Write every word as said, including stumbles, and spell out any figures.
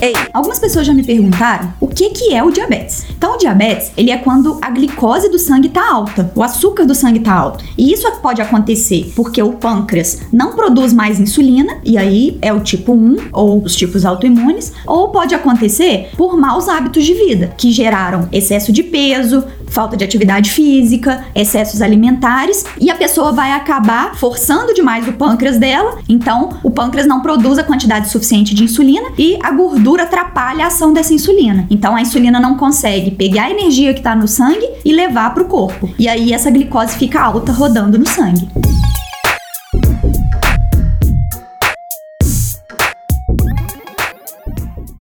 Ei, algumas pessoas já me perguntaram o que que é o diabetes. Então, o diabetes, ele é quando a glicose do sangue tá alta, o açúcar do sangue tá alto. E isso pode acontecer porque o pâncreas não produz mais insulina, e aí é o tipo um, ou os tipos autoimunes, ou pode acontecer por maus hábitos de vida, que geraram excesso de peso, falta de atividade física, excessos alimentares, e a pessoa vai acabar forçando demais o pâncreas dela, então o pâncreas não produz a quantidade suficiente de insulina e a gordura atrapalha a ação dessa insulina. Então a insulina não consegue pegar a energia que está no sangue e levar para o corpo. E aí essa glicose fica alta rodando no sangue.